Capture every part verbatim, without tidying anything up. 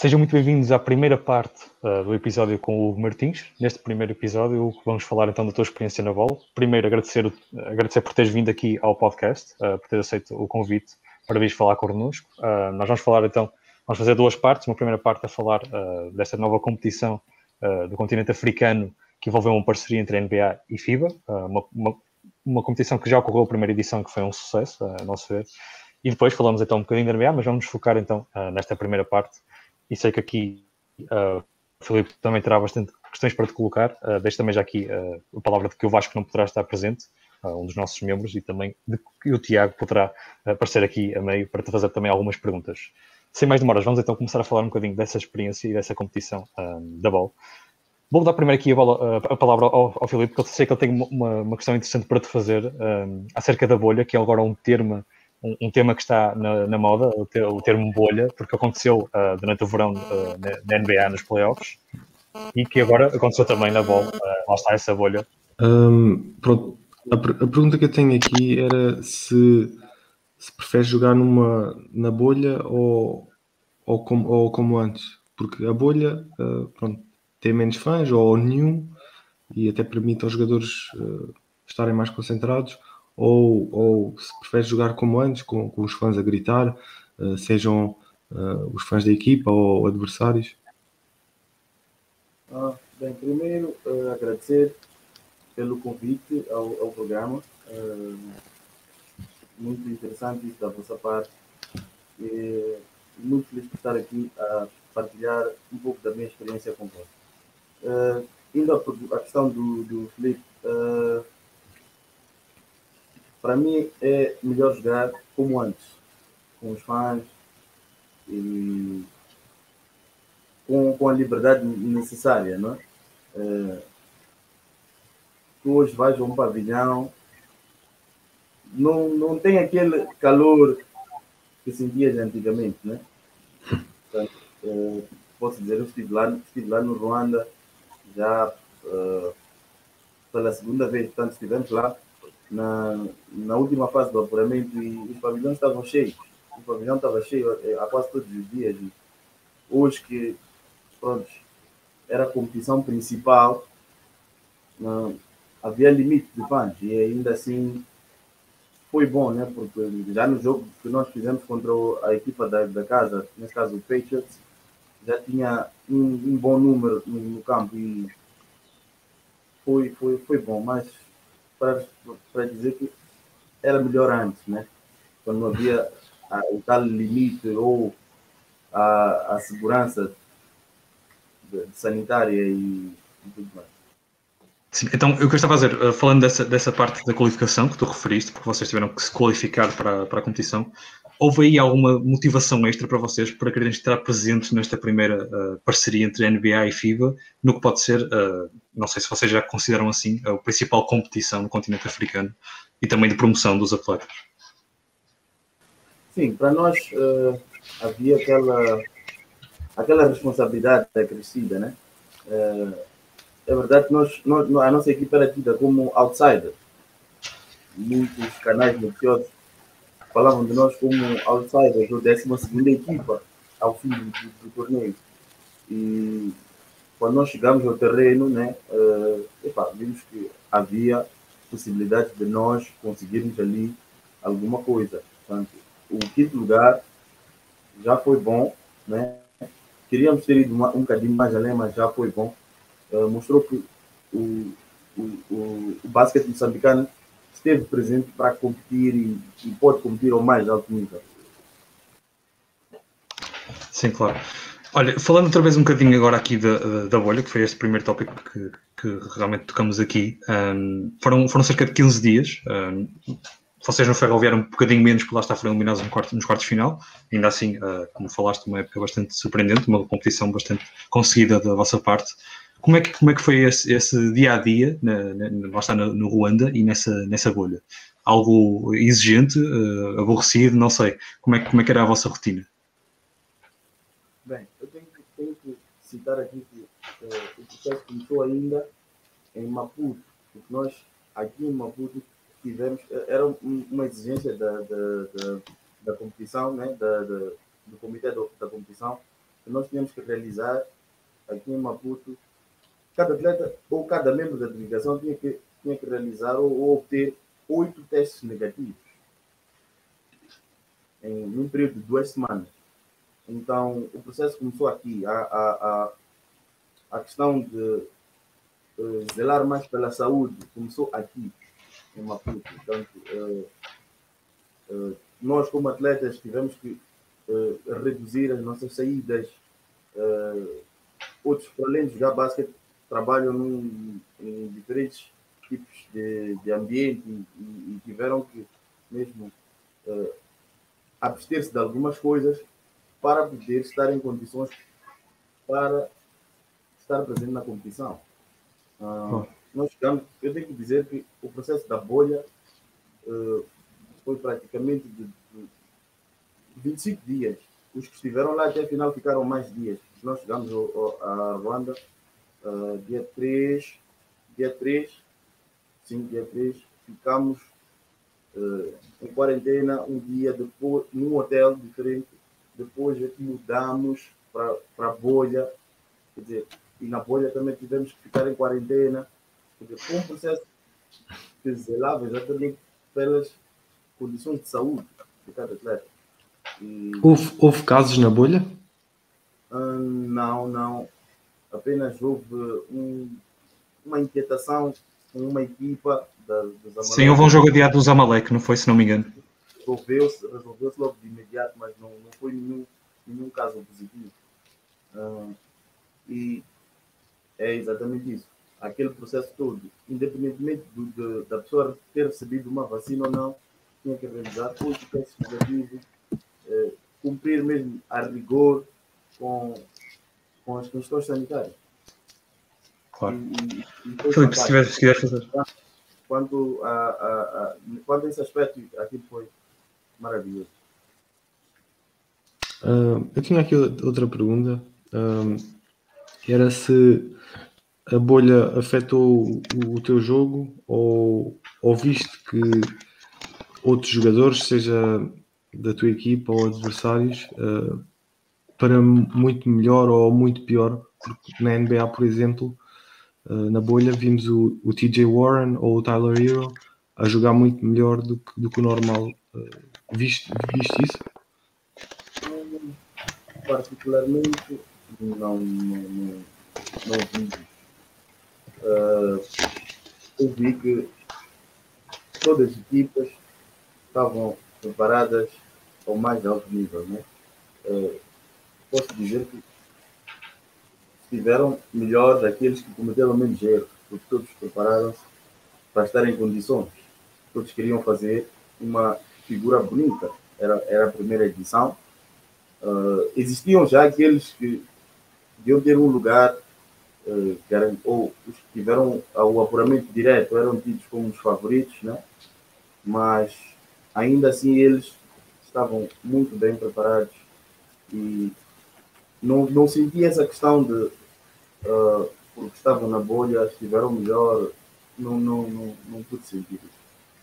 Sejam muito bem-vindos à primeira parte uh, do episódio com o Hugo Martins. Neste primeiro episódio, Hugo, vamos falar então da tua experiência na bola. Primeiro, agradecer, agradecer por teres vindo aqui ao podcast, uh, por teres aceito o convite para vir falar connosco. Uh, nós vamos falar então, vamos fazer duas partes. Uma primeira parte a falar uh, desta nova competição uh, do continente africano que envolveu uma parceria entre a N B A e FIBA, uh, uma, uma, uma competição que já ocorreu a primeira edição, que foi um sucesso, uh, a nosso ver. E depois falamos então um bocadinho da N B A, mas vamos focar então uh, nesta primeira parte. E sei que aqui uh, o Filipe também terá bastante questões para te colocar. Uh, deixo também já aqui uh, a palavra de que o Vasco não poderá estar presente, uh, um dos nossos membros, e também de que o Tiago poderá uh, aparecer aqui a meio para te fazer também algumas perguntas. Sem mais demoras, vamos então começar a falar um bocadinho dessa experiência e dessa competição uh, da bola. Vou dar primeiro aqui a, bola, uh, a palavra ao, ao Filipe, porque eu sei que ele tem uma, uma questão interessante para te fazer um, acerca da bolha, que é agora um termo Um, um tema que está na, na moda, o, ter, o termo bolha, porque aconteceu uh, durante o verão uh, na, na N B A nos playoffs e que agora aconteceu também na bola. Uh, lá está essa bolha. Um, pronto, a, a pergunta que eu tenho aqui era se, se preferes jogar numa, na bolha ou, ou, como, ou como antes, porque a bolha uh, pronto, tem menos fãs ou nenhum e até permite aos jogadores uh, estarem mais concentrados. Ou, ou se preferes jogar como antes, com, com os fãs a gritar, uh, sejam uh, os fãs da equipa ou adversários? Ah, bem, primeiro uh, agradecer pelo convite ao, ao programa. Uh, muito interessante isso da vossa parte. E muito feliz por estar aqui a partilhar um pouco da minha experiência convosco. Uh, indo à questão do, do Filipe, uh, para mim é melhor jogar como antes, com os fãs e com, com a liberdade necessária, não é? Uh, tu hoje vais a um pavilhão, não, não tem aquele calor que sentias antigamente, né? Portanto, uh, posso dizer, eu estive lá, estive lá no Ruanda já uh, pela segunda vez, portanto estivemos lá na, na última fase do apuramento e os pavilhões estavam cheios. O pavilhão estava cheio a quase todos os dias. E hoje que, pronto, era a competição principal, não, havia limite de fãs e ainda assim foi bom, né? Porque já no jogo que nós fizemos contra a equipa da, da casa, nesse caso o Patriots, já tinha um, um bom número no, no campo e foi, foi, foi bom, mas para, para dizer que era melhor antes, né? Quando não havia a, o tal limite ou a, a segurança de, de sanitária e, e tudo mais. Sim, então, o que eu estava a dizer, falando dessa, dessa parte da qualificação que tu referiste, porque vocês tiveram que se qualificar para, para a competição, houve aí alguma motivação extra para vocês para quererem estar presentes nesta primeira uh, parceria entre a N B A e FIBA, no que pode ser, uh, não sei se vocês já consideram assim, a principal competição no continente africano e também de promoção dos atletas? Sim, para nós uh, havia aquela, aquela responsabilidade acrescida, né? Uh, é verdade que nós, nós, a nossa equipe era tida como outsider. Muitos canais noticiosos falavam de nós como outsiders, ou décima segunda equipa ao fim do, do, do torneio. E quando nós chegamos ao terreno, né, uh, epa, vimos que havia possibilidade de nós conseguirmos ali alguma coisa. Portanto, o quinto lugar já foi bom, né? Queríamos ter ido uma, um bocadinho mais além, mas já foi bom. Uh, mostrou que o, o, o, o basquete moçambicano esteve presente para competir e, e pode competir ao mais alto nível. Sim, claro. Olha, falando outra vez um bocadinho agora aqui da, da, da bolha, que foi este primeiro tópico que, que realmente tocamos aqui, um, foram, foram cerca de quinze dias. Um, vocês no Ferroviário um bocadinho menos, porque lá está, foram eliminados no quarto, nos quartos de final. Ainda assim, uh, como falaste, uma época bastante surpreendente, uma competição bastante conseguida da vossa parte. Como é que, como é que foi esse, esse dia-a-dia, na, na, lá está, no, no Ruanda e nessa, nessa bolha? Algo exigente, uh, aborrecido, não sei. Como é, como é que era a vossa rotina? Bem, eu tenho que, tenho que citar aqui que uh, o processo começou ainda em Maputo, porque nós aqui em Maputo tivemos, era uma exigência da, da, da, da competição, né, da, da, do comitê do, da competição, que nós tínhamos que realizar aqui em Maputo. Cada atleta ou cada membro da delegação tinha que, tinha que realizar ou, ou obter oito testes negativos em um período de duas semanas. Então, o processo começou aqui. A, a, a, a questão de uh, zelar mais pela saúde começou aqui, em Maputo. Portanto, uh, uh, nós, como atletas, tivemos que uh, reduzir as nossas saídas. Uh, outros, para além de jogar basquete, trabalham num, em diferentes tipos de, de ambiente e, e tiveram que mesmo uh, abster-se de algumas coisas para poder estar em condições para estar presente na competição. Uh, nós chegamos, eu tenho que dizer que o processo da bolha uh, foi praticamente de, de vinte e cinco dias. Os que estiveram lá até a final ficaram mais dias. Nós chegamos ao, ao, a Ruanda uh, dia três, dia três, sim, dia três, ficamos uh, em quarentena um dia depois, num hotel diferente. Depois é que mudamos para a bolha, quer dizer, e na bolha também tivemos que ficar em quarentena. Quer dizer, foi um processo que zelava exatamente pelas condições de saúde de cada atleta. E, houve, houve casos na bolha? Hum, não, não. Apenas houve um, uma inquietação com uma equipa da, dos Zamalek. Sim, houve um jogo adiado do Zamalek, não foi, se não me engano. Resolveu-se resolveu logo de imediato, mas não, não foi nenhum, nenhum caso positivo. Hum, e é exatamente isso. Aquele processo todo, independentemente do, de, da pessoa ter recebido uma vacina ou não, tinha que realizar todos os testes negativos, eh, cumprir mesmo a rigor com, com as questões sanitárias. Claro. E, e Filipe, se quiseres quiser fazer. Quanto a, a, a, quanto a esse aspecto, aquilo foi maravilhoso. Uh, eu tinha aqui outra pergunta. Um, era se a bolha afetou o, o teu jogo ou, ou viste que outros jogadores, seja da tua equipa ou adversários, uh, para muito melhor ou muito pior, porque na N B A, por exemplo, uh, na bolha vimos o, o T J Warren ou o Tyler Hero a jogar muito melhor do que, do que o normal. Uh, viste, viste isso? Hum, particularmente, não, não, não, não vi. Uh, eu vi que todas as equipas estavam preparadas ao mais alto nível, né? Uh, posso dizer que estiveram melhores aqueles que cometeram menos erros, porque todos prepararam-se para estar em condições. Todos queriam fazer uma figura bonita. Era, era a primeira edição. Uh, existiam já aqueles que deviam ter um lugar, uh, que eram, ou os que tiveram o apuramento direto eram tidos como os favoritos, né? Mas ainda assim eles estavam muito bem preparados e não, não senti essa questão de uh, porque estavam na bolha, estiveram melhor, não, não, não, não pude sentir isso.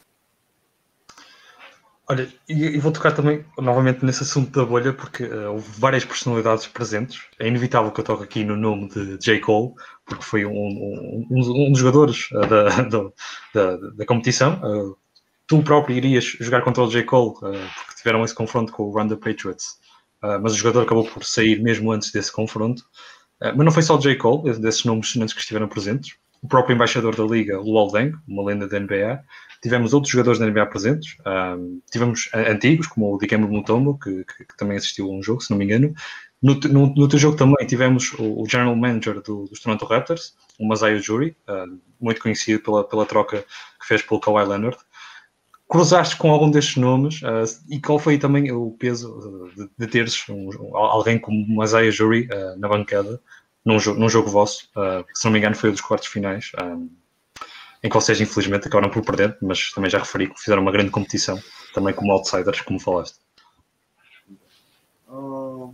Olha, e, e vou tocar também novamente nesse assunto da bolha, porque uh, houve várias personalidades presentes. É inevitável que eu toque aqui no nome de J. Cole, porque foi um, um, um, um dos jogadores uh, da, da, da, da competição. Uh, tu próprio irias jogar contra o J. Cole, uh, porque tiveram esse confronto com o Rwanda Patriots. Uh, mas o jogador acabou por sair mesmo antes desse confronto. Uh, mas não foi só o J. Cole, desses nomes antes que estiveram presentes. O próprio embaixador da Liga, Luol Deng, uma lenda da N B A. Tivemos outros jogadores da N B A presentes. Um, tivemos antigos, como o Dikembe Mutombo, que, que, que também assistiu a um jogo, se não me engano. No, no, no teu jogo também tivemos o, o General Manager do, dos Toronto Raptors, o Masai Ujiri, uh, muito conhecido pela, pela troca que fez pelo Kawhi Leonard. Cruzaste com algum destes nomes uh, e qual foi também o peso de, de teres um, alguém como Masai Ujiri uh, na bancada num, num jogo vosso, uh, se não me engano foi um dos quartos finais, um, em que vocês infelizmente acabaram por perder, mas também já referi que fizeram uma grande competição, também como outsiders, como falaste. Uh,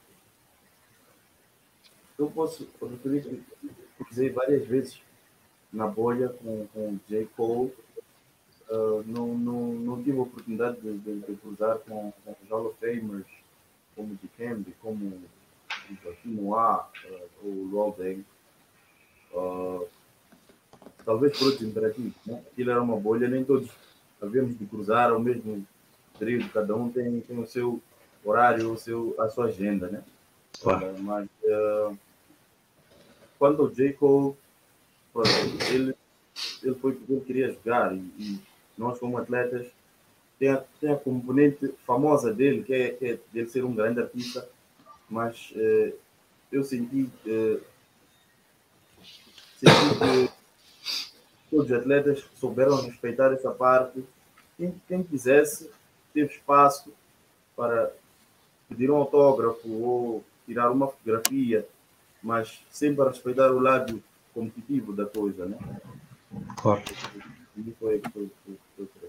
eu posso referir que dizer várias vezes na bolha com, com J. Cole. Uh, não, não, não tive a oportunidade de, de, de cruzar com, com os Hall of Famers como Dikembe, como tipo, aqui não há uh, o LoL Deng, uh, talvez por outros imperativos, né? Aquilo era uma bolha, nem todos havíamos de cruzar ao mesmo período, cada um tem, tem o seu horário, o seu, a sua agenda, né? Claro. Uh, mas uh, quando o J. Cole, ele, ele foi porque ele queria jogar, e, e nós como atletas tem a, tem a componente famosa dele, que é, que é dele ser um grande artista, mas uh, eu senti, uh, senti que todos os atletas souberam respeitar essa parte. Quem, quem quisesse teve espaço para pedir um autógrafo ou tirar uma fotografia, mas sempre a respeitar o lado competitivo da coisa, né? Claro. E foi, foi, foi, foi, foi.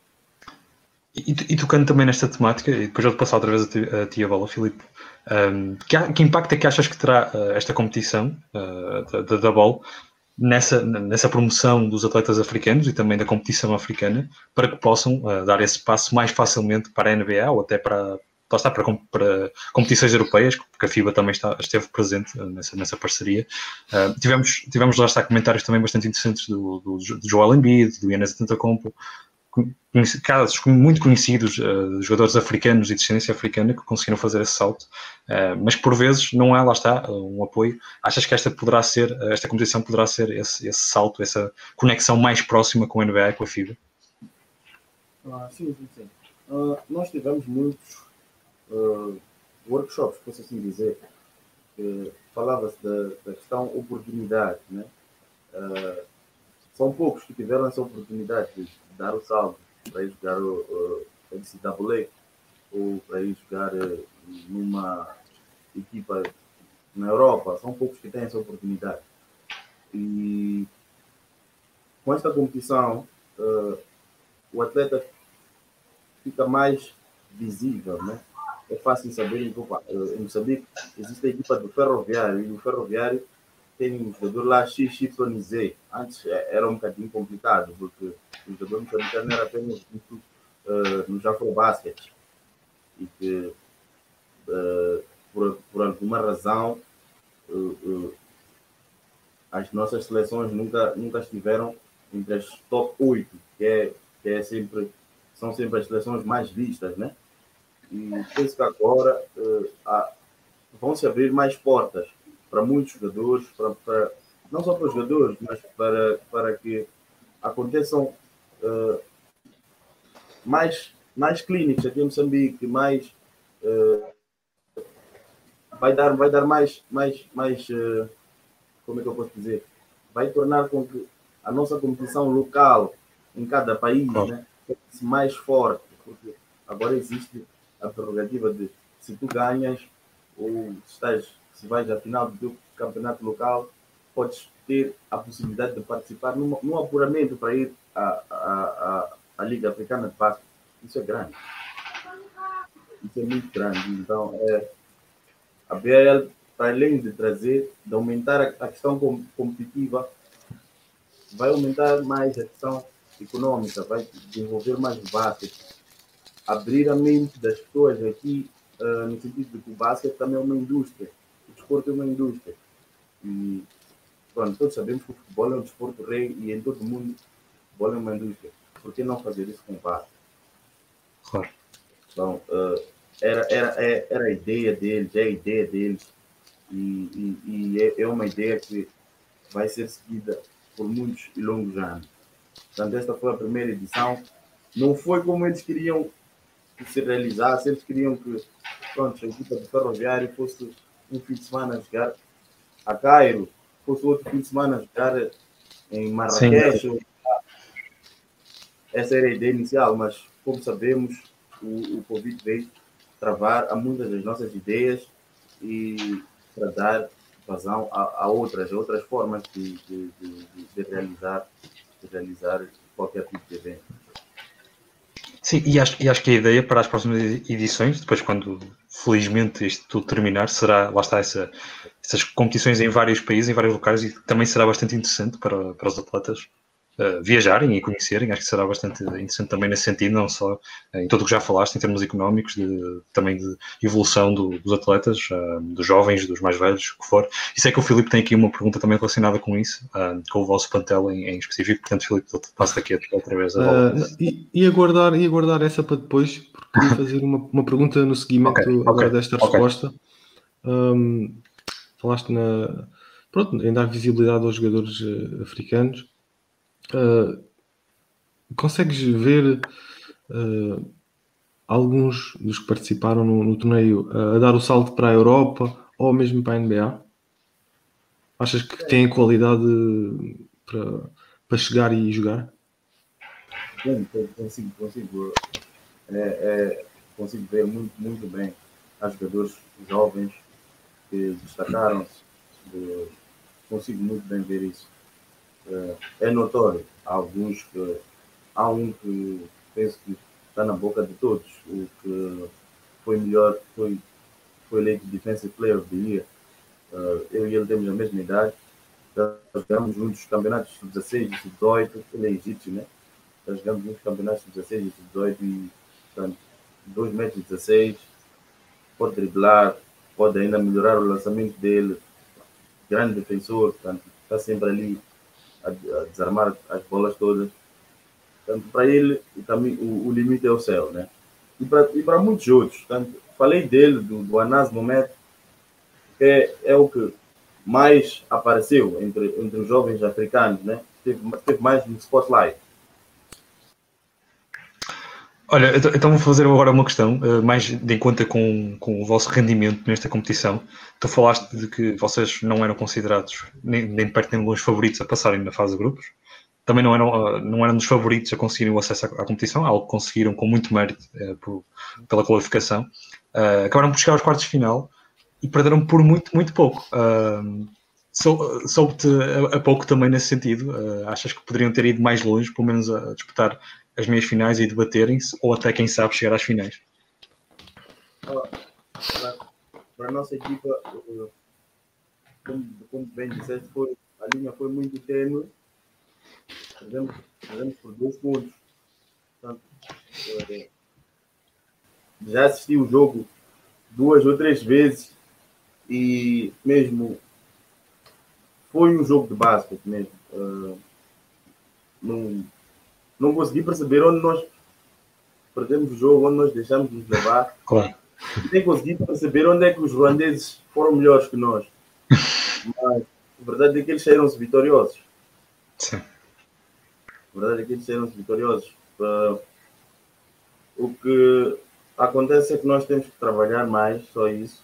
E, e tocando também nesta temática, e depois eu vou passar outra vez a ti a, ti a bola, Filipe, um, que, que impacto é que achas que terá uh, esta competição uh, da, da bola nessa, nessa promoção dos atletas africanos e também da competição africana, para que possam uh, dar esse passo mais facilmente para a N B A ou até para, para, estar para, para competições europeias, porque a FIBA também está, esteve presente nessa, nessa parceria. Uh, tivemos, tivemos lá está comentários também bastante interessantes do, do, do Joel Embiid, do Giannis Antetokounmpo, casos muito conhecidos uh, de jogadores africanos e de descendência africana que conseguiram fazer esse salto, uh, mas que por vezes não há, lá está, um apoio. Achas que esta poderá ser, esta competição poderá ser esse, esse salto, essa conexão mais próxima com a N B A e com a FIBA? Ah, sim, sim, sim. Uh, nós tivemos muitos uh, workshops, posso assim dizer, que falava-se da, da questão oportunidade, né? Uh, são poucos que tiveram essa oportunidade de dar o salto para ir jogar o, o N C A A ou para ir jogar uh, numa equipa na Europa. São poucos que têm essa oportunidade. E com esta competição, uh, o atleta fica mais visível, né? É fácil saber, opa, em Moçambique existe a equipa do Ferroviário, e o Ferroviário tem um jogador lá, X Y Z. Antes era um bocadinho complicado, porque o jogador moçambicano era apenas muito uh, no Afrobasket. E que, uh, por, por alguma razão, uh, uh, as nossas seleções nunca, nunca estiveram entre as top oito, que, é, que é sempre, são sempre as seleções mais vistas, né? E penso que agora uh, há, vão se abrir mais portas para muitos jogadores, para, para, não só para os jogadores, mas para, para que aconteçam uh, mais, mais clínicas aqui em Moçambique, mais, uh, vai dar, vai dar mais, mais, mais uh, como é que eu posso dizer? Vai tornar com que a nossa competição local em cada país, né, fique mais forte, porque agora existe a prerrogativa de, se tu ganhas ou se estás, se vais à final do teu campeonato local, podes ter a possibilidade de participar num, num apuramento para ir à, à, à, à Liga Africana de Basquete. Isso é grande. Isso é muito grande. Então, é, a B A L, para além de trazer, de aumentar a, a questão com, competitiva, vai aumentar mais a questão econômica, vai desenvolver mais o basquete, abrir a mente das pessoas aqui, uh, no sentido de que o basquete também é uma indústria, o desporto é uma indústria. E pronto, todos sabemos que o futebol é um desporto rei e em todo o mundo o futebol é uma indústria. Por que não fazer isso com o basquete? Claro. Então, uh, era, era, era a ideia deles, é a ideia deles, e, e, e é, é uma ideia que vai ser seguida por muitos e longos anos. Portanto, esta foi a primeira edição. Não foi como eles queriam que se realizasse, eles queriam que, pronto, a equipa do Ferroviário fosse um fim de semana a jogar a Cairo, fosse outro fim de semana a jogar em Marrakech. Sim. Essa era a ideia inicial, mas, como sabemos, o, o Covid veio travar a muitas das nossas ideias e para dar vazão a, a outras, a outras formas de, de, de, de, realizar, de realizar qualquer tipo de evento. Sim, e acho, e acho que a ideia para as próximas edições, depois quando felizmente isto tudo terminar, será, lá está, essa, essas competições em vários países, em vários locais, e também será bastante interessante para, para os atletas uh, viajarem e conhecerem. Acho que será bastante interessante também nesse sentido, não só uh, em tudo o que já falaste, em termos económicos, de, também de evolução do, dos atletas, uh, dos jovens, dos mais velhos, o que for. E sei que o Filipe tem aqui uma pergunta também relacionada com isso, uh, com o vosso plantel em, em específico. Portanto, Filipe, passo aqui outra vez a bola. Uh, e, e, aguardar, e aguardar essa para depois, porque queria fazer uma, uma pergunta no seguimento okay, agora okay, desta okay. resposta. Um, falaste na... Pronto, em dar visibilidade aos jogadores uh, africanos. Uh, consegues ver uh, alguns dos que participaram no, no torneio uh, a dar o salto para a Europa ou mesmo para a N B A? Achas que têm qualidade para, para chegar e jogar? Sim, consigo, consigo, é, é, consigo ver muito, muito bem. Há jogadores jovens que destacaram-se. De, consigo muito bem ver isso. É, é notório. Há alguns que... Há um que penso que está na boca de todos. O que foi melhor, foi, foi eleito Defensive Player of the Year. Uh, eu e ele temos a mesma idade. Nós jogamos juntos campeonatos de dezasseis e dezoito. Ele é egípcio, né? Nós jogamos juntos campeonatos de dezasseis e dezoito e, portanto, dois metros e dezasseis. Pode driblar, pode ainda melhorar o lançamento dele. Grande defensor, portanto, está sempre ali a, a desarmar as bolas todas. Portanto, para ele, também, o, o limite é o céu, né? E para, e para muitos outros. Portanto, falei dele, do, do Anas Mohamed, que é, é o que mais apareceu entre, entre os jovens africanos, né? Teve, teve mais no spotlight. Olha, então vou fazer agora uma questão, mais de conta com, com o vosso rendimento nesta competição. Tu falaste de que vocês não eram considerados nem, nem de perto nem de longe favoritos a passarem na fase de grupos. Também não eram, não eram dos favoritos a conseguirem o acesso à, à competição, algo que conseguiram com muito mérito eh, por, pela qualificação. Uh, acabaram por chegar aos quartos de final e perderam por muito, muito pouco. Uh, sou, soube-te a, a pouco também nesse sentido. Uh, achas que poderiam ter ido mais longe, pelo menos a, a disputar as meias finais e debaterem-se, ou até, quem sabe, chegar às finais? Para, para a nossa equipa, como, como bem disseste, foi, a linha foi muito tênue. Perdemos, perdemos por dois pontos. Portanto, é, já assisti o jogo duas ou três vezes e mesmo foi um jogo de basquete mesmo. Uh, não, não consegui perceber onde nós perdemos o jogo, onde nós deixamos de nos levar. Claro. Nem consegui perceber onde é que os ruandeses foram melhores que nós. Mas a verdade é que eles saíram-se vitoriosos. Sim. A verdade é que eles saíram-se vitoriosos. Uh, o que acontece é que nós temos que trabalhar mais, só isso.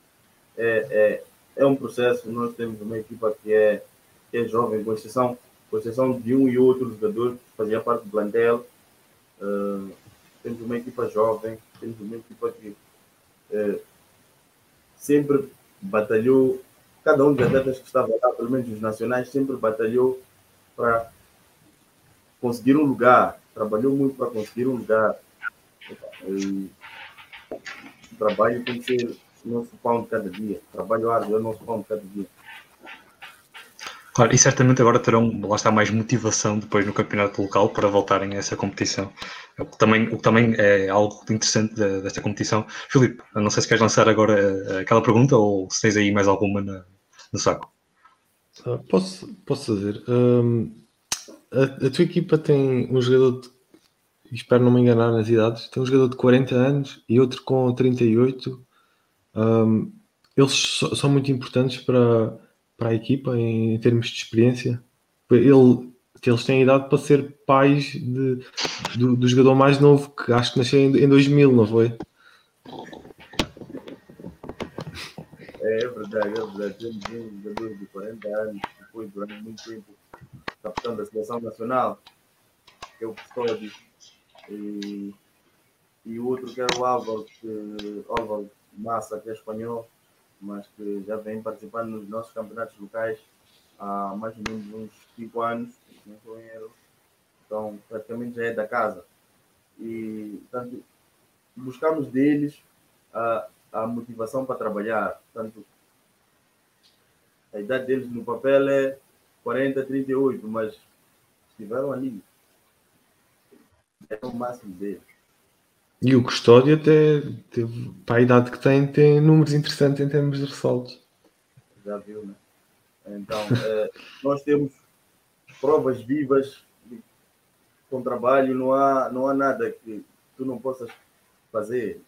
É, é, é um processo. Nós temos uma equipa que é, que é jovem, com exceção, com exceção de um e outro jogador que fazia parte do plantel. Uh, temos uma equipa jovem, temos uma equipa que uh, sempre batalhou, cada um dos atletas que estava lá, pelo menos os nacionais, sempre batalhou para conseguir um lugar, trabalhou muito para conseguir um lugar. E o trabalho tem que ser o nosso pão de cada dia. O trabalho árduo é o nosso pão de cada dia. Claro, e certamente agora terão, lá está, mais motivação depois no campeonato local para voltarem a essa competição. O que também, o que também é algo interessante de, desta competição. Filipe, não sei se queres lançar agora aquela pergunta ou se tens aí mais alguma na, no saco. Uh, posso, posso fazer. Um, a, a tua equipa tem um jogador, de, espero não me enganar nas idades, tem um jogador de quarenta anos e outro com trinta e oito. Um, eles so, são muito importantes para, para a equipa em, em termos de experiência. Ele, eles têm idade para ser pais de, do, do jogador mais novo, que acho que nasceu em, em dois mil, não foi? É verdade, é verdade. Temos um jogador de quarenta anos que foi durante muito tempo capitão da seleção nacional, que é o Custódio, e, e o outro que era o Álvaro, que, Álvaro Massa, que é espanhol, mas que já vem participando nos nossos campeonatos locais há mais ou menos uns cinco anos, então praticamente já é da casa. E, portanto, buscamos deles a, a motivação para trabalhar. Portanto, a idade deles no papel é quarenta, trinta e oito, mas estiveram ali. É o máximo deles. E o Custódio até teve, para a idade que tem, tem números interessantes em termos de ressaltos. Já viu, né? Então, é, nós temos provas vivas de, com trabalho, não há, não há nada que tu não possas fazer.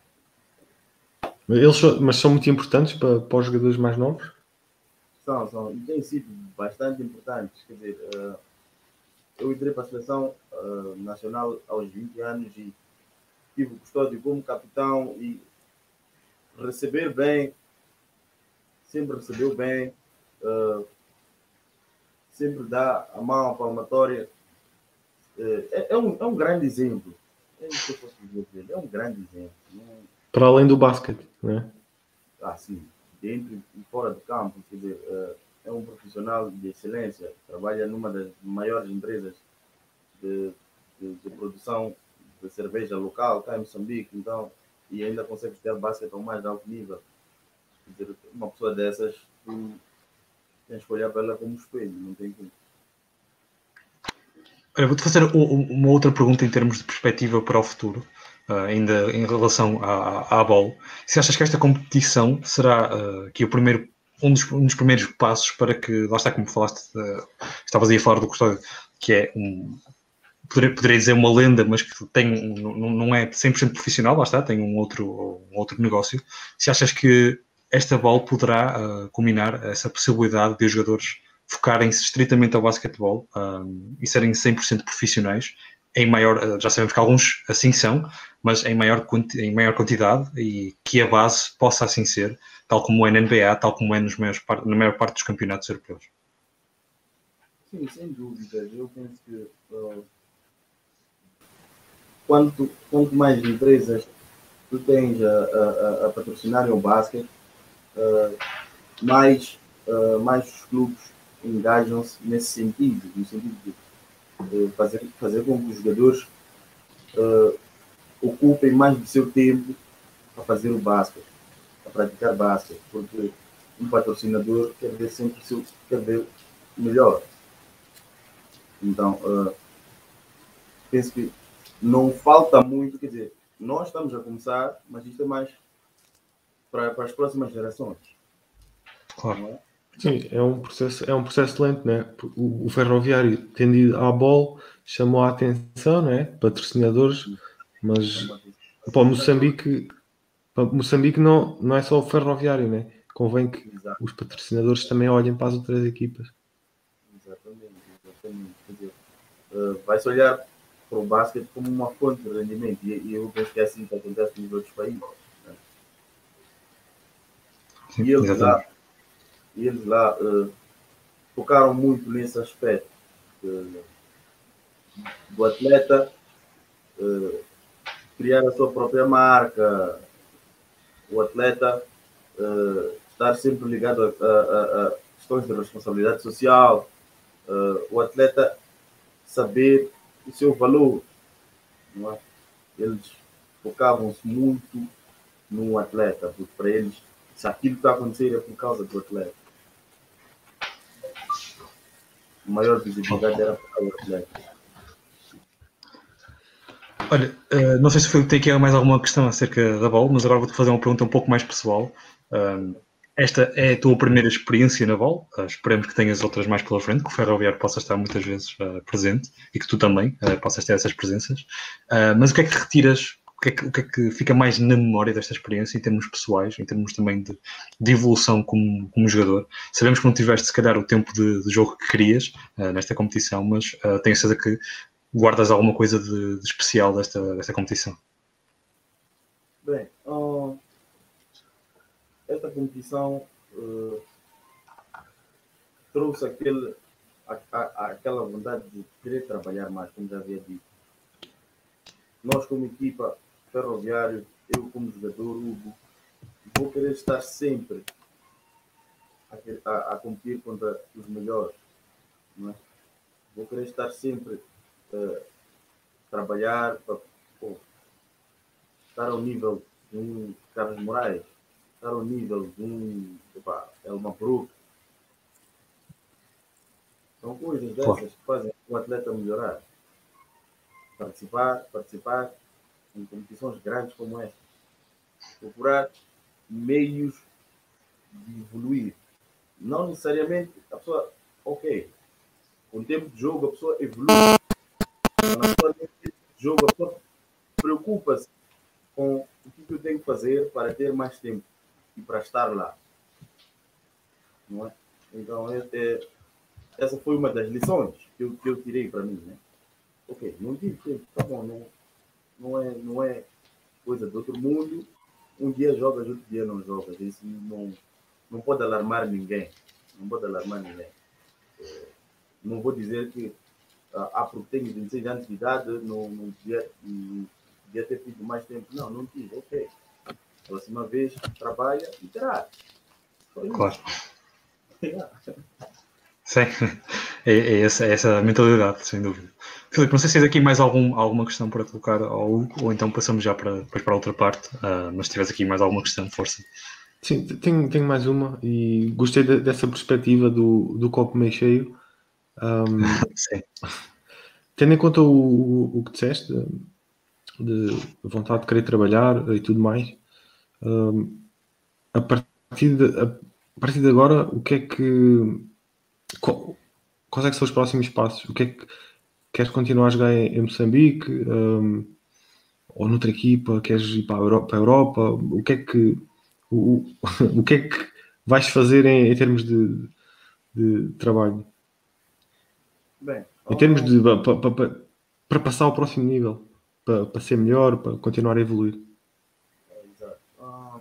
Eles são, mas são muito importantes para, para os jogadores mais novos? São, são, e têm sido bastante importantes. Quer dizer, uh, eu entrei para a seleção uh, nacional aos vinte anos e tive o Custódio como capitão e receber bem, sempre recebeu bem, uh, sempre dá a mão à palmatória. Uh, é, é, um, é um grande exemplo. É isso que eu posso dizer. É um grande exemplo. Não... Para além do basquete, não é? Ah, sim. Dentro e fora do campo. Quer dizer, uh, é um profissional de excelência. Trabalha numa das maiores empresas de, de, de produção de cerveja local, cá em Moçambique. Então, e ainda consegue ter basquete ao mais alto nível. Quer dizer, uma pessoa dessas, tu tens que olhar para ela como espelho, não tem como. Olha, vou-te fazer uma outra pergunta em termos de perspectiva para o futuro, uh, ainda em relação à, à bola. Se achas que esta competição será uh, aqui o primeiro, um dos, um dos primeiros passos para que, lá está, como falaste, uh, estavas aí a falar do Custódio, que é um, poderia, poderia dizer uma lenda, mas que tem, não, não é cem por cento profissional, lá está, tem um outro, um outro negócio. Se achas que esta bola poderá uh, culminar essa possibilidade de os jogadores focarem-se estritamente ao basquetebol um, e serem cem por cento profissionais, em maior, já sabemos que alguns assim são, mas em maior, em maior quantidade, e que a base possa assim ser, tal como é na N B A, tal como é nos maiores, na maior parte dos campeonatos europeus. Sim, sem dúvida. Eu penso que uh, quanto, quanto mais empresas tu tens a, a, a patrocinarem o basquete, uh, mais, uh, mais os clubes engajam-se nesse sentido, no sentido de uh, fazer, fazer com que os jogadores uh, ocupem mais do seu tempo a fazer o basquete, a praticar basquete, porque um patrocinador quer ver sempre o seu, quer ver melhor. Então, uh, penso que não falta muito, quer dizer, nós estamos a começar, mas isto é mais para, para as próximas gerações. Claro. Não é? Sim, é um processo, é um processo lento, né? O, o Ferroviário, tendido à bola, chamou a atenção, né? Patrocinadores, mas para Moçambique, para Moçambique não, não é só o Ferroviário, né? Convém que Exato. os patrocinadores também olhem para as outras equipas. Exatamente, exatamente. Quer dizer, uh, vai-se olhar para o basquete como uma fonte de rendimento e, e eu penso que é assim que acontece nos outros países. Né? Sim, E eles exatamente. lá, e eles lá uh, focaram muito nesse aspecto uh, do atleta uh, criar a sua própria marca, o atleta uh, estar sempre ligado a, a, a questões de responsabilidade social, uh, o atleta saber o seu valor. Não é? Eles focavam-se muito no atleta, porque para eles, se aquilo que está a acontecer é por causa do atleta. A maior visibilidade era para o atleta. Olha, uh, não sei se foi, tem aqui mais alguma questão acerca da bola, mas agora vou-te fazer uma pergunta um pouco mais pessoal. Um, esta é a tua primeira experiência na bola, uh, esperemos que tenhas outras mais pela frente, que o Ferroviário possa estar muitas vezes uh, presente e que tu também uh, possas ter essas presenças. Uh, mas o que é que retiras, o que é que, o que é que fica mais na memória desta experiência em termos pessoais, em termos também de, de evolução como, como jogador? Sabemos que não tiveste, se calhar, o tempo de, de jogo que querias uh, nesta competição, mas uh, tenho certeza que guardas alguma coisa de, de especial desta, desta competição? Bem, uh, esta competição uh, trouxe aquele, a, a, aquela vontade de querer trabalhar mais, como já havia dito. Nós, como equipa, Ferroviário, eu como jogador, Hugo, vou querer estar sempre a, a, a competir contra os melhores. Não é? Vou querer estar sempre a uh, trabalhar para pô, estar ao nível de um Carlos Moraes, estar ao nível de um Elma Brook. São coisas dessas claro. que fazem o atleta melhorar. Participar, participar em competições grandes como esta. Procurar meios de evoluir. Não necessariamente a pessoa, ok, com o tempo de jogo a pessoa evolui. Mas na tempo de jogo a pessoa preocupa-se com o que eu tenho que fazer para ter mais tempo e para estar lá. Não é? Então, é, é, essa foi uma das lições que eu, que eu tirei para mim. Né? Ok, não tive tempo, tá bom, não, não, é, não é coisa do outro mundo. Um dia jogas, outro dia não jogas. Isso não, não pode alarmar ninguém. Não pode alarmar ninguém. É, não vou dizer que ah, porque tenho vinte e seis anos de idade, não, não devia, não devia ter tido mais tempo. Não, não tive, ok. Próxima vez trabalha e terá. Claro. Sim, é, é, essa, é essa a mentalidade, sem dúvida. Filipe, não sei se tens aqui mais algum, alguma questão para colocar ao Hugo, ou então passamos já para, depois para a outra parte, uh, mas se tiveres aqui mais alguma questão, força. Sim, tenho, tenho mais uma e gostei de, dessa perspectiva do, do copo meio cheio. Um, Sim. Tendo em conta o, o, o que disseste, de, de vontade de querer trabalhar e tudo mais, um, a, partir de, a, a partir de agora, o que é que... Qual, quais é que são os próximos passos? O que é que queres continuar a jogar em, em Moçambique? Um, ou noutra equipa? Queres ir para a Europa? Para a Europa? O que é que... O, o que é que vais fazer em, em termos de, de trabalho? Bem, em termos de para pa, pa, pa passar ao próximo nível, para pa ser melhor, para continuar a evoluir. É, exato. Ah,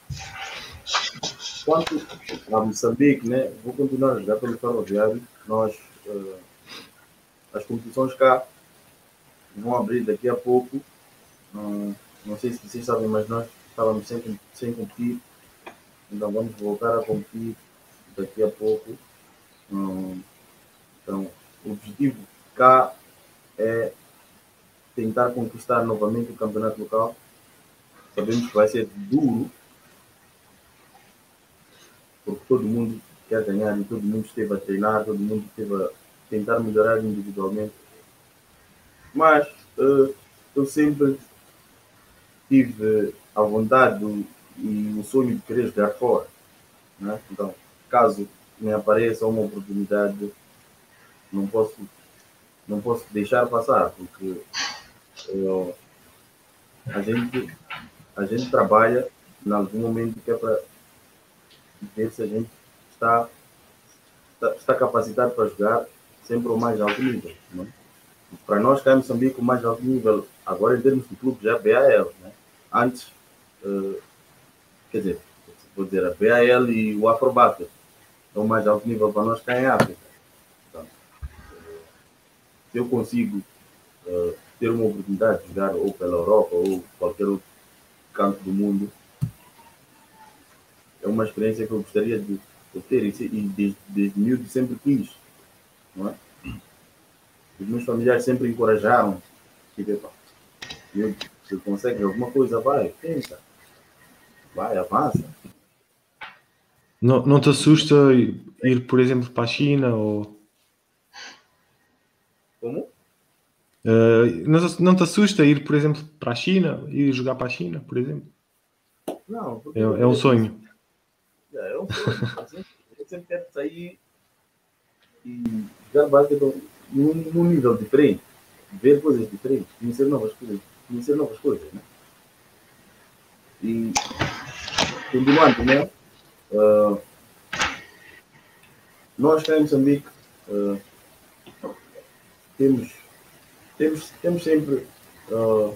quanto a Moçambique, né, vou continuar a jogar pelo Ferroviário. Nós, uh, as competições cá vão abrir daqui a pouco. Uh, não sei se vocês sabem, mas nós estávamos sem, sem competir. Então vamos voltar a competir daqui a pouco. Uh, então, o objetivo cá é tentar conquistar novamente o campeonato local. Sabemos que vai ser duro, porque todo mundo quer ganhar e todo mundo esteve a treinar, todo mundo esteve a tentar melhorar individualmente. Mas uh, eu sempre tive a vontade e o sonho de querer jogar fora. Né? Então, caso me apareça uma oportunidade, não posso, não posso deixar passar, porque uh, a, gente, a gente trabalha em algum momento que é para ver se a gente está, está, está capacitado para jogar sempre ao mais alto nível. Né? Para nós cá em Moçambique, o mais alto nível, agora em termos de clube, já é a B A L. Né? Antes, uh, quer dizer, vou dizer, a B A L e o Afrobasket é o mais alto nível para nós cá em África. Então, uh, se eu consigo uh, ter uma oportunidade de jogar ou pela Europa ou qualquer outro canto do mundo, é uma experiência que eu gostaria de, de ter e, e desde, desde miúdo sempre quis. Não é? Os meus familiares sempre encorajaram. Tipo, se consegue alguma coisa, vai, tenta. Vai, avança. Não, não te assusta ir, por exemplo, para a China? Ou... Como? Uh, não, não te assusta ir, por exemplo, para a China? Ir jogar para a China, por exemplo? Não. É, é um sonho. É, é um sonho. Eu sempre, eu sempre quero sair e jogar basquete num, num nível diferente. Ver coisas diferentes. Conhecer novas coisas. Conhecer novas coisas, né? E, continuando, né? Uh, nós cá em Moçambique uh, temos, temos, temos sempre uh,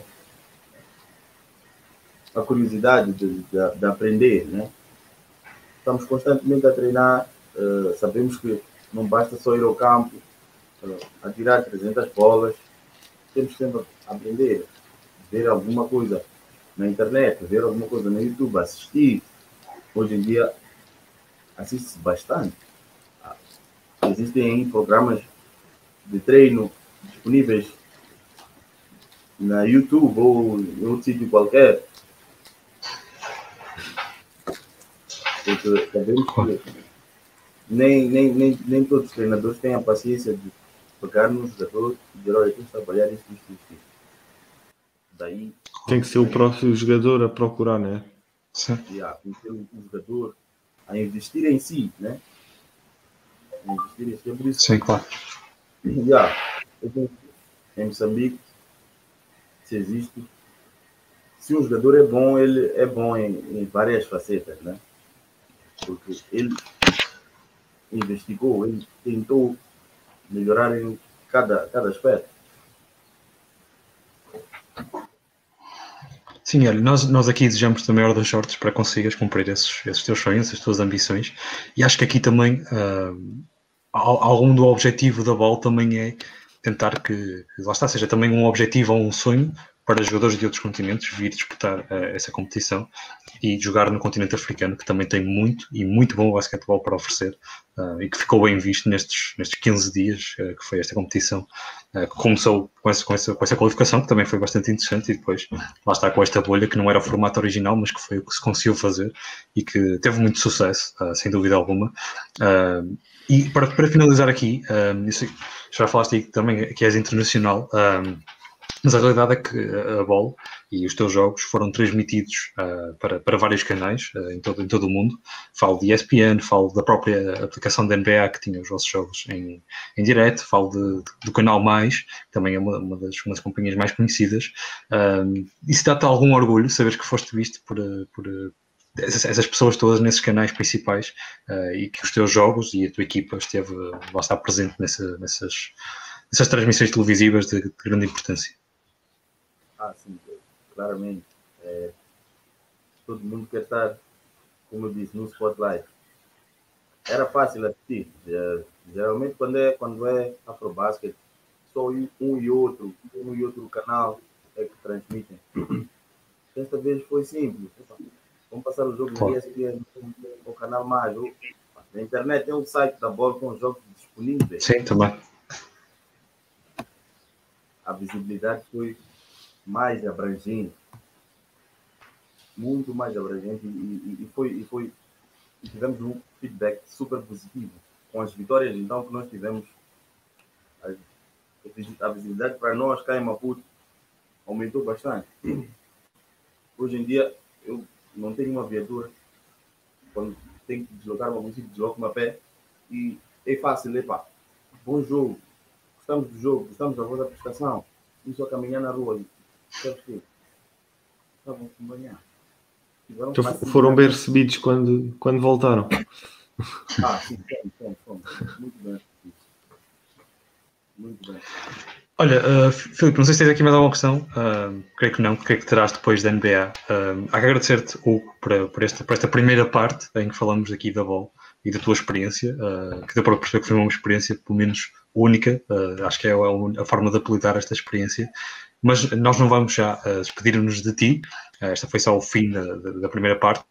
a curiosidade de, de, de aprender, né? Estamos constantemente a treinar, uh, sabemos que não basta só ir ao campo, uh, atirar trezentas bolas, temos sempre a aprender, ver alguma coisa na internet, ver alguma coisa no YouTube, assistir. Hoje em dia assiste-se bastante. Existem aí programas de treino disponíveis na YouTube ou em outro sítio qualquer. Porque sabemos que nem, nem, nem, nem todos os treinadores têm a paciência de pegar no jogador e dizer, olha, tens de trabalhar isto, isto, isto. Daí, tem que ser o próprio jogador a procurar, não é? Sim. Yeah, tem que ser o jogador a investir em si, né? A investir em si, é por isso. Sim, claro. Yeah, eu penso, em Moçambique, se existe, se um jogador é bom, ele é bom em, em várias facetas, né? Porque ele investigou, ele tentou melhorar em cada, cada aspecto. Sim, olha, nós, nós aqui desejamos a maior das sortes para consigas cumprir esses, esses teus sonhos, as tuas ambições, e acho que aqui também uh, algum do objetivo da bola também é tentar que, lá está, seja também um objetivo ou um sonho para jogadores de outros continentes vir disputar uh, essa competição e jogar no continente africano, que também tem muito e muito bom basquetebol para oferecer uh, e que ficou bem visto nestes, nestes quinze dias uh, que foi esta competição, uh, que começou com essa, com, essa, com essa qualificação, que também foi bastante interessante, e depois lá está com esta bolha, que não era o formato original, mas que foi o que se conseguiu fazer e que teve muito sucesso, uh, sem dúvida alguma. Uh, e para, para finalizar aqui, uh, isso, já falaste aí também que és internacional, uh, mas a realidade é que a bola e os teus jogos foram transmitidos uh, para, para vários canais uh, em, todo, em todo o mundo. Falo de E S P N, falo da própria aplicação da N B A que tinha os vossos jogos em, em direto, falo de, de, do Canal Mais, que também é uma, uma, das, uma das companhias mais conhecidas. Uh, isso dá-te algum orgulho, saberes que foste visto por, por essas, essas pessoas todas nesses canais principais uh, e que os teus jogos e a tua equipa esteve lá está presente nessa, nessas, nessas transmissões televisivas de, de grande importância? Ah, sim, claramente. É, todo mundo quer estar, como eu disse, no spotlight. Era fácil assistir. Geralmente, quando é, quando é Afrobasket, só um e outro, um e outro canal é que transmitem. Desta vez foi simples. Vamos passar o jogo no E S P N, no canal mais. Na internet tem um site da bola com os jogos disponíveis. Sim, também. A visibilidade foi mais abrangente, muito mais abrangente, e, e, e, foi, e, foi, e tivemos um feedback super positivo. Com as vitórias, então, que nós tivemos, a, a visibilidade para nós cá em Maputo aumentou bastante. Hoje em dia, eu não tenho uma viatura, quando tenho que deslocar uma música, desloco-me a pé, e é fácil, epa, bom jogo, gostamos do jogo, gostamos da vossa prestação, e só caminhar na rua. Sabes que estavam a acompanhar. Então foram bem recebidos quando, quando voltaram. Ah, sim, fomos, fomos, fomos. Muito bem. Muito bem. Olha, uh, Filipe, não sei se tens aqui mais alguma questão. Uh, creio que não. O que é que terás depois da N B A? Uh, há que agradecer-te, Hugo, por, por, esta, por esta primeira parte em que falamos aqui da bola e da tua experiência, uh, que deu para perceber que foi uma experiência, pelo menos, única. Uh, acho que é a, a forma de apelidar esta experiência. Mas nós não vamos já uh, despedir-nos de ti. Uh, esta foi só o fim da, da, da primeira parte.